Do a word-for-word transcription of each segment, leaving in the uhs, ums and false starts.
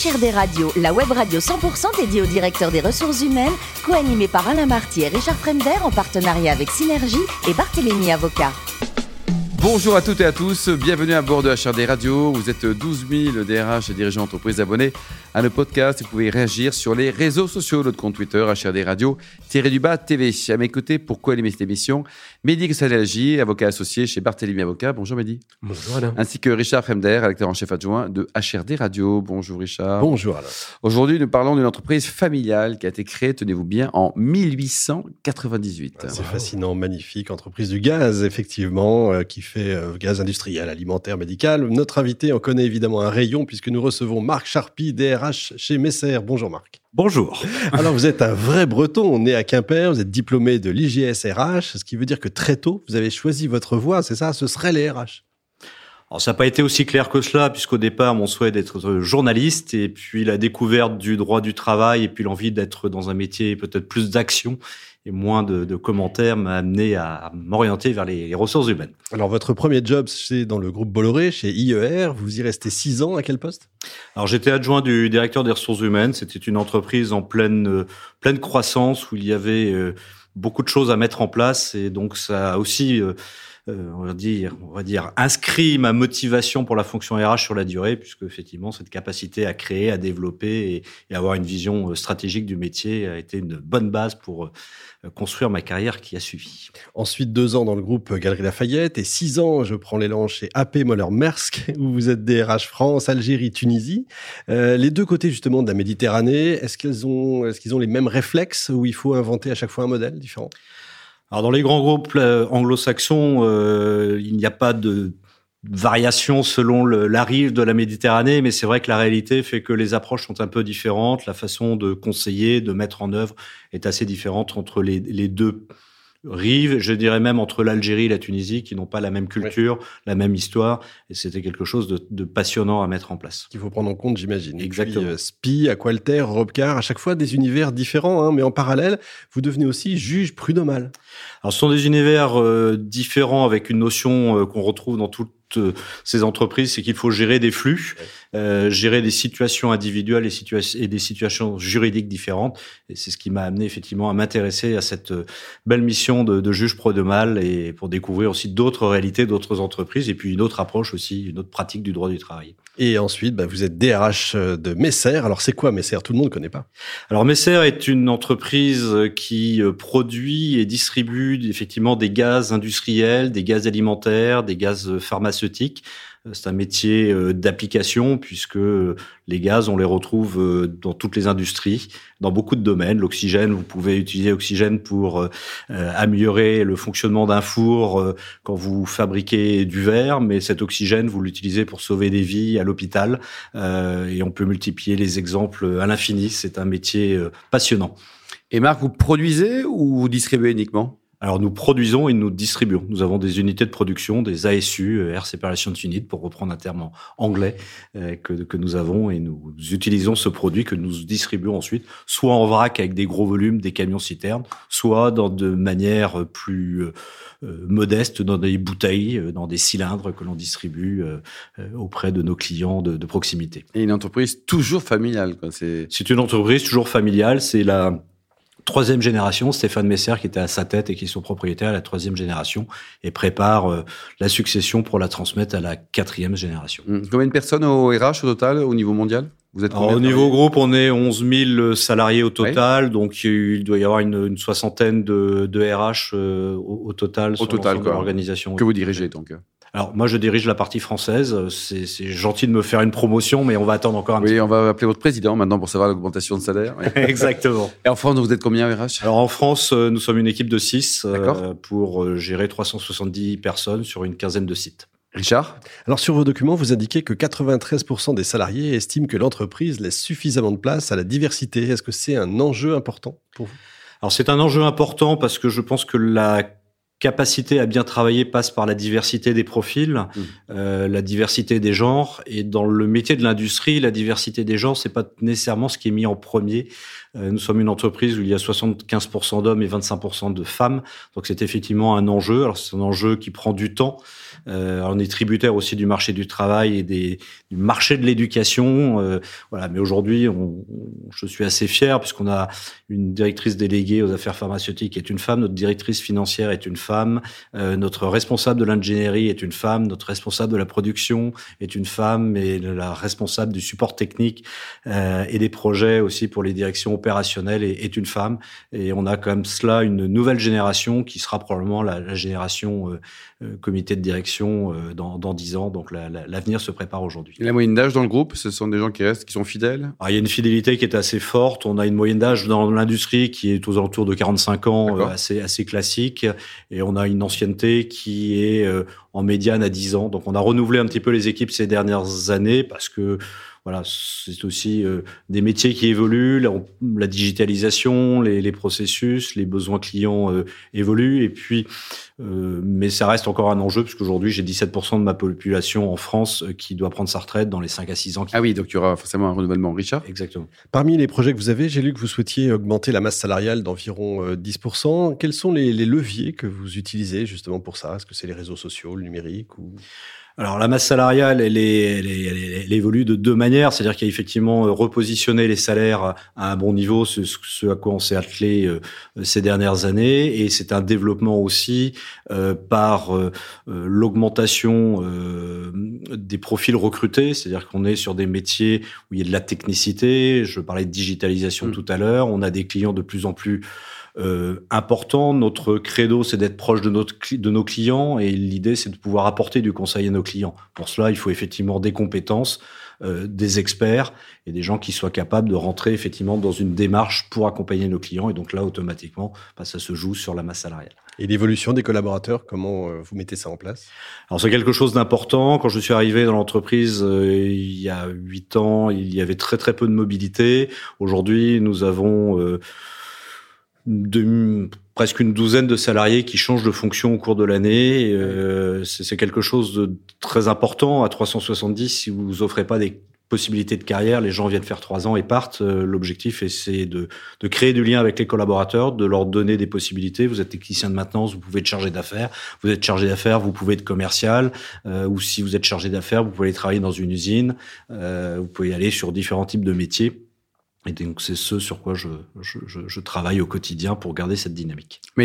H R D Radio, la web radio cent pour cent dédiée au directeur des ressources humaines, co-animée par Alain Marty et Richard Fremder en partenariat avec Synergie et Barthélémy Avocat. Bonjour à toutes et à tous, bienvenue à bord de H R D Radio. Vous êtes douze mille D R H et dirigeants d'entreprise abonnés à nos podcasts. Vous pouvez réagir sur les réseaux sociaux, notre compte Twitter, H R D Radio, tiré du bas T V. À mes côtés, pour co-animer cette émission, Mehdi Ghossaly, avocat associé chez Barthélémy Avocat. Bonjour Mehdi. Bonjour Alain. Ainsi que Richard Fremder, rédacteur en chef adjoint de H R D Radio. Bonjour Richard. Bonjour Alain. Aujourd'hui, nous parlons d'une entreprise familiale qui a été créée, tenez-vous bien, en mille huit cent quatre-vingt-dix-huit. C'est fascinant, magnifique. Entreprise du gaz, effectivement, euh, qui fait euh, gaz industriel, alimentaire, médical. Notre invité en connaît évidemment un rayon puisque nous recevons Marc Charpy, D R H chez Messer. Bonjour Marc. Bonjour. Alors vous êtes un vrai breton, né à Quimper, vous êtes diplômé de l'I G S R H, ce qui veut dire que très tôt, vous avez choisi votre voie, c'est ça, ce serait les R H. Alors ça n'a pas été aussi clair que cela, puisqu'au départ, mon souhait d'être journaliste, et puis la découverte du droit du travail, et puis l'envie d'être dans un métier peut-être plus d'action et moins de, de commentaires m'a amené à, à m'orienter vers les, les ressources humaines. Alors votre premier job, c'est dans le groupe Bolloré, chez I E R, vous y restez six ans, à quel poste ? Alors j'étais adjoint du directeur des ressources humaines, c'était une entreprise en pleine, euh, pleine croissance, où il y avait euh, beaucoup de choses à mettre en place, et donc ça a aussi... Euh, Euh, on va dire, on va dire, inscrit ma motivation pour la fonction R H sur la durée, puisque effectivement cette capacité à créer, à développer et, et avoir une vision stratégique du métier a été une bonne base pour euh, construire ma carrière qui a suivi. Ensuite, deux ans dans le groupe Galeries Lafayette et six ans, je prends l'élan chez A P Moller Maersk, où vous êtes D R H France, Algérie, Tunisie. Euh, les deux côtés justement de la Méditerranée, est-ce qu'ils ont, est-ce qu'ils ont les mêmes réflexes où il faut inventer à chaque fois un modèle différent ? Alors dans les grands groupes anglo-saxons, euh, il n'y a pas de variation selon le, la rive de la Méditerranée, mais c'est vrai que la réalité fait que les approches sont un peu différentes. La façon de conseiller, de mettre en œuvre est assez différente entre les, les deux rives, je dirais même entre l'Algérie et la Tunisie, qui n'ont pas la même culture, oui. la même histoire, et c'était quelque chose de, de passionnant à mettre en place. Qu'il faut prendre en compte, j'imagine. Exactement. Puis, euh, S P I, Aqualter, Robcar, à chaque fois des univers différents, hein, mais en parallèle, vous devenez aussi juge prud'homal. Alors, ce sont des univers euh, différents avec une notion euh, qu'on retrouve dans toutes ces entreprises, c'est qu'il faut gérer des flux, oui. euh, gérer des situations individuelles et, situa- et des situations juridiques différentes. Et c'est ce qui m'a amené effectivement à m'intéresser à cette belle mission de, de juge prud'homal et pour découvrir aussi d'autres réalités, d'autres entreprises et puis une autre approche aussi, une autre pratique du droit du travail. Et ensuite, bah, vous êtes D R H de Messer. Alors, c'est quoi Messer ? Tout le monde ne connaît pas. Alors, Messer est une entreprise qui produit et distribue effectivement des gaz industriels, des gaz alimentaires, des gaz pharmaceutiques. C'est un métier d'application puisque les gaz, on les retrouve dans toutes les industries, dans beaucoup de domaines. L'oxygène, vous pouvez utiliser l'oxygène pour euh, améliorer le fonctionnement d'un four euh, quand vous fabriquez du verre, mais cet oxygène, vous l'utilisez pour sauver des vies à l'hôpital. Euh, et on peut multiplier les exemples à l'infini. C'est un métier euh, passionnant. Et Marc, vous produisez ou vous distribuez uniquement ? Alors, nous produisons et nous distribuons. Nous avons des unités de production, des A S U, Air Separation Unit, pour reprendre un terme en anglais, euh, que, que nous avons et nous utilisons ce produit que nous distribuons ensuite, soit en vrac avec des gros volumes, des camions-citernes, soit dans de manière plus euh, modeste, dans des bouteilles, dans des cylindres que l'on distribue euh, auprès de nos clients de, de proximité. Et une entreprise toujours familiale, quoi. C'est... C'est une entreprise toujours familiale, c'est la... troisième génération, Stéphane Messer qui était à sa tête et qui est son propriétaire à la troisième génération et prépare euh, la succession pour la transmettre à la quatrième génération. Mmh. Combien de personnes au R H au total, au niveau mondial ? Vous êtes Alors, au niveau groupe, on est onze mille salariés au total, oui. Donc il doit y avoir une, une soixantaine de, de R H euh, au, au total au sur total, quoi. De l'organisation. Que vous dirigez donc. Alors, moi, je dirige la partie française. C'est, c'est gentil de me faire une promotion, mais on va attendre encore un oui, petit peu. Oui, on va appeler votre président maintenant pour savoir l'augmentation de salaire. Oui. Exactement. Et en France, vous êtes combien au R H ? Alors, en France, nous sommes une équipe de six euh, pour gérer trois cent soixante-dix personnes sur une quinzaine de sites. Richard ? Alors, sur vos documents, vous indiquez que quatre-vingt-treize pour cent des salariés estiment que l'entreprise laisse suffisamment de place à la diversité. Est-ce que c'est un enjeu important pour vous ? Alors, c'est un enjeu important parce que je pense que la capacité à bien travailler passe par la diversité des profils, mmh. euh, la diversité des genres. Et dans le métier de l'industrie, la diversité des genres, c'est pas nécessairement ce qui est mis en premier. Euh, nous sommes une entreprise où il y a soixante-quinze pour cent d'hommes et vingt-cinq pour cent de femmes. Donc c'est effectivement un enjeu. Alors c'est un enjeu qui prend du temps. Euh, on est tributaire aussi du marché du travail et des, du marché de l'éducation. Euh, voilà. Mais aujourd'hui, on, je suis assez fier puisqu'on a une directrice déléguée aux affaires pharmaceutiques qui est une femme, notre directrice financière est une femme, euh, notre responsable de l'ingénierie est une femme, notre responsable de la production est une femme et la responsable du support technique euh, et des projets aussi pour les directions opérationnelles est, est une femme. Et on a comme cela une nouvelle génération qui sera probablement la, la génération euh, euh, comité de direction euh, dans, dans dix ans. Donc la, la, l'avenir se prépare aujourd'hui. Et la moyenne d'âge dans le groupe, ce sont des gens qui restent, qui sont fidèles? Alors, il y a une fidélité qui est assez forte. On a une moyenne d'âge dans l'industrie qui est aux alentours de quarante-cinq ans, euh, assez, assez classique. Et on a une ancienneté qui est euh, en médiane à dix ans. Donc on a renouvelé un petit peu les équipes ces dernières années parce que voilà, c'est aussi euh, des métiers qui évoluent, la, la digitalisation, les, les processus, les besoins clients euh, évoluent. Et puis, euh, mais ça reste encore un enjeu puisqu'aujourd'hui j'ai dix-sept pour cent de ma population en France euh, qui doit prendre sa retraite dans les cinq à six ans. Qui... Ah oui, donc il y aura forcément un renouvellement. Richard ? Exactement. Parmi les projets que vous avez, j'ai lu que vous souhaitiez augmenter la masse salariale d'environ euh, dix pour cent. Quels sont les, les leviers que vous utilisez justement pour ça ? Est-ce que c'est les réseaux sociaux, le numérique ou... Alors la masse salariale, elle, est, elle, est, elle, est, elle évolue de deux manières, c'est-à-dire qu'il y a effectivement repositionné les salaires à un bon niveau, ce, ce à quoi on s'est attelé euh, ces dernières années, et c'est un développement aussi euh, par euh, l'augmentation euh, des profils recrutés, c'est-à-dire qu'on est sur des métiers où il y a de la technicité, je parlais de digitalisation mmh. tout à l'heure, on a des clients de plus en plus Euh, important. Notre credo, c'est d'être proche de, notre, de nos clients et l'idée, c'est de pouvoir apporter du conseil à nos clients. Pour cela, il faut effectivement des compétences, euh, des experts et des gens qui soient capables de rentrer effectivement dans une démarche pour accompagner nos clients. Et donc là, automatiquement, bah, ça se joue sur la masse salariale. Et l'évolution des collaborateurs, comment euh, vous mettez ça en place ? Alors c'est quelque chose d'important. Quand je suis arrivé dans l'entreprise euh, il y a huit ans, il y avait très très peu de mobilité. Aujourd'hui, nous avons euh, de presque une douzaine de salariés qui changent de fonction au cours de l'année. Euh, c'est, c'est quelque chose de très important. À trois cent soixante-dix, si vous offrez pas des possibilités de carrière, les gens viennent faire trois ans et partent. Euh, l'objectif, c'est de, de créer du lien avec les collaborateurs, de leur donner des possibilités. Vous êtes technicien de maintenance, vous pouvez être chargé d'affaires. Vous êtes chargé d'affaires, vous pouvez être commercial. Euh, ou si vous êtes chargé d'affaires, vous pouvez aller travailler dans une usine. Euh, vous pouvez aller sur différents types de métiers. Et donc, c'est ce sur quoi je, je, je, je travaille au quotidien pour garder cette dynamique. Mehdi ?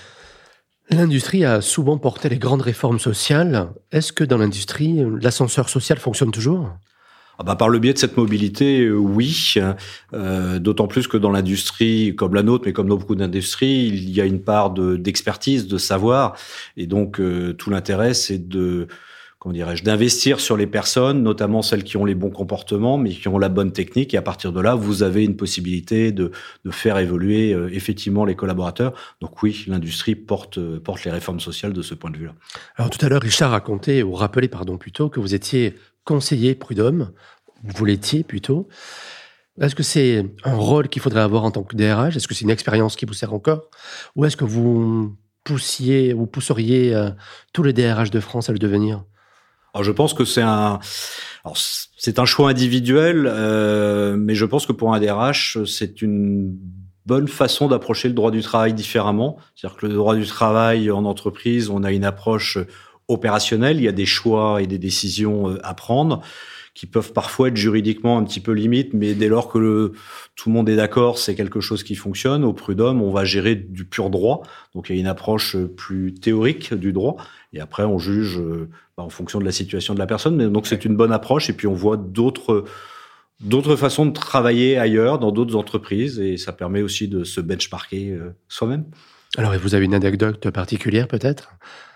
L'industrie a souvent porté les grandes réformes sociales. Est-ce que dans l'industrie, l'ascenseur social fonctionne toujours ? Ah bah par le biais de cette mobilité, euh, oui. Euh, d'autant plus que dans l'industrie comme la nôtre, mais comme dans beaucoup d'industries, il y a une part de, d'expertise, de savoir. Et donc, euh, tout l'intérêt, c'est de... comment dirais-je, d'investir sur les personnes, notamment celles qui ont les bons comportements, mais qui ont la bonne technique. Et à partir de là, vous avez une possibilité de, de faire évoluer euh, effectivement les collaborateurs. Donc oui, l'industrie porte, porte les réformes sociales de ce point de vue-là. Alors tout à l'heure, Richard racontait, ou rappelait, pardon, plutôt, que vous étiez conseiller prud'homme. Vous l'étiez plutôt. Est-ce que c'est un rôle qu'il faudrait avoir en tant que D R H ? Est-ce que c'est une expérience qui vous sert encore ? Ou est-ce que vous poussiez, vous pousseriez euh, tous les D R H de France à le devenir ? Alors je pense que c'est un, alors c'est un choix individuel, euh, mais je pense que pour un D R H, c'est une bonne façon d'approcher le droit du travail différemment. C'est-à-dire que le droit du travail en entreprise, on a une approche opérationnelle, il y a des choix et des décisions à prendre qui peuvent parfois être juridiquement un petit peu limites, mais dès lors que le, tout le monde est d'accord, c'est quelque chose qui fonctionne. Au prud'homme, on va gérer du pur droit, donc il y a une approche plus théorique du droit, et après on juge bah, en fonction de la situation de la personne. Mais donc c'est une bonne approche, et puis on voit d'autres d'autres façons de travailler ailleurs, dans d'autres entreprises, et ça permet aussi de se benchmarker euh, soi-même. Alors, et vous avez une anecdote particulière peut-être ?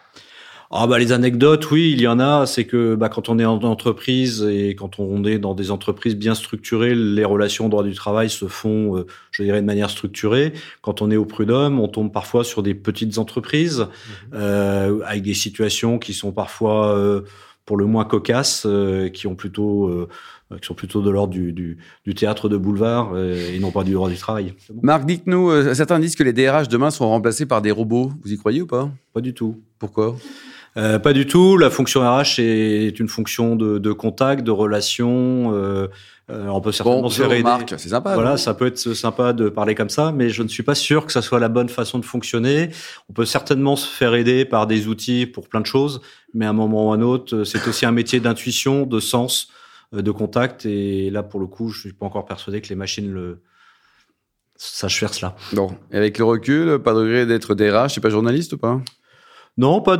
Ah bah les anecdotes, oui, il y en a. C'est que bah quand on est en entreprise et quand on est dans des entreprises bien structurées, les relations au droit du travail se font, euh, je dirais, de manière structurée. Quand on est au prud'homme, on tombe parfois sur des petites entreprises mmh. euh, avec des situations qui sont parfois euh, pour le moins cocasses, euh, qui ont plutôt euh, qui sont plutôt de l'ordre du, du, du théâtre de boulevard euh, et non pas du droit du travail. Marc, dites-nous, euh, certains disent que les D R H demain seront remplacés par des robots. Vous y croyez ou pas? Pas du tout. Pourquoi? Euh, pas du tout. La fonction R H est une fonction de, de contact, de relation. Euh, euh, on peut certainement bon, se faire aider. Marc, c'est sympa. Voilà, non ça peut être sympa de parler comme ça, mais je ne suis pas sûr que ça soit la bonne façon de fonctionner. On peut certainement se faire aider par des outils pour plein de choses, mais à un moment ou à un autre, c'est aussi un métier d'intuition, de sens, de contact. Et là, pour le coup, je suis pas encore persuadé que les machines le sachent faire cela. Bon, et avec le recul, pas de regret d'être D R H, c'est pas journaliste ou pas? Non, pas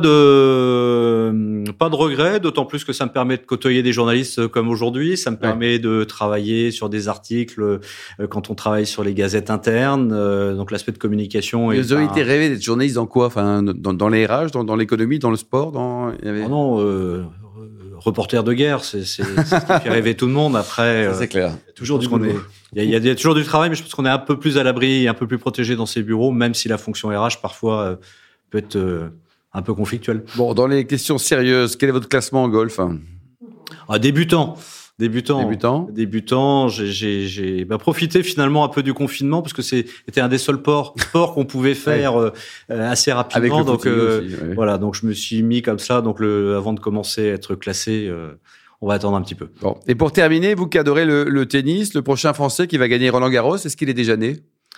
de pas de regret, d'autant plus que ça me permet de côtoyer des journalistes comme aujourd'hui. Ça me ouais. permet de travailler sur des articles euh, quand on travaille sur les gazettes internes. Euh, donc l'aspect de communication. Vous auriez été rêvé d'être journaliste dans quoi? Enfin, dans, dans les R H, dans, dans l'économie, dans le sport, dans. Il y avait... oh non, euh, reporter de guerre, c'est, c'est, c'est ce qui fait rêver tout le monde. Après, ça, c'est clair. Euh, toujours du boulot. Il y, a, il y a toujours du travail, mais je pense qu'on est un peu plus à l'abri, et un peu plus protégé dans ces bureaux, même si la fonction R H parfois euh, peut être euh, un peu conflictuel. Bon, dans les questions sérieuses, quel est votre classement en golf? Ah, débutant. Débutant. Débutant. Débutant. J'ai, j'ai, j'ai bah, profité finalement un peu du confinement parce que c'était un des seuls sports, sports qu'on pouvait faire ouais. euh, assez rapidement. Avec le donc euh, aussi, ouais. voilà, donc je me suis mis comme ça. Donc le, avant de commencer à être classé, euh, on va attendre un petit peu. Bon. Et pour terminer, vous qui adorez le, le tennis, le prochain Français qui va gagner Roland Garros, est-ce qu'il est déjà né?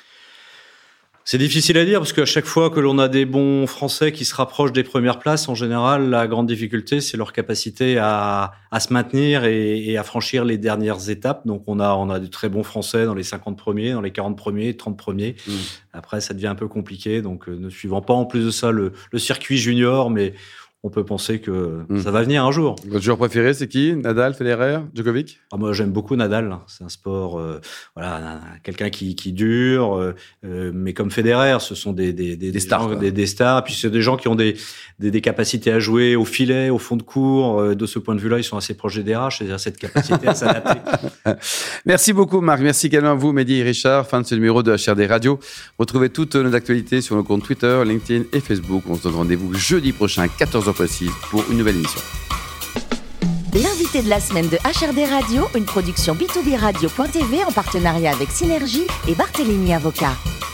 C'est difficile à dire parce qu'à chaque fois que l'on a des bons Français qui se rapprochent des premières places, en général, la grande difficulté, c'est leur capacité à, à se maintenir et, et à franchir les dernières étapes. Donc, on a, on a de très bons Français dans les cinquante premiers, dans les quarante premiers, trente premiers. Mmh. Après, ça devient un peu compliqué. Donc, euh, ne suivant pas en plus de ça le, le circuit junior, mais on peut penser que mmh. ça va venir un jour. Votre joueur préféré, c'est qui? Nadal, Federer, Djokovic? Ah, moi, j'aime beaucoup Nadal. C'est un sport, euh, voilà, quelqu'un qui, qui dure. Euh, mais comme Federer, ce sont des des des, des stars, gens, des, des stars. Puis c'est des gens qui ont des, des des capacités à jouer au filet, au fond de cours. De ce point de vue-là, ils sont assez proches des D R H, c'est-à-dire cette capacité à s'adapter. Merci beaucoup, Marc. Merci également à vous, Mehdi et Richard. Fin de ce numéro de H R D Radio. Retrouvez toutes nos actualités sur nos comptes Twitter, LinkedIn et Facebook. On se donne rendez-vous jeudi prochain à quatorze heures précise pour une nouvelle émission. L'invité de la semaine de H R D Radio, une production B deux B radio point T V en partenariat avec Synergie et Barthélémy Avocat.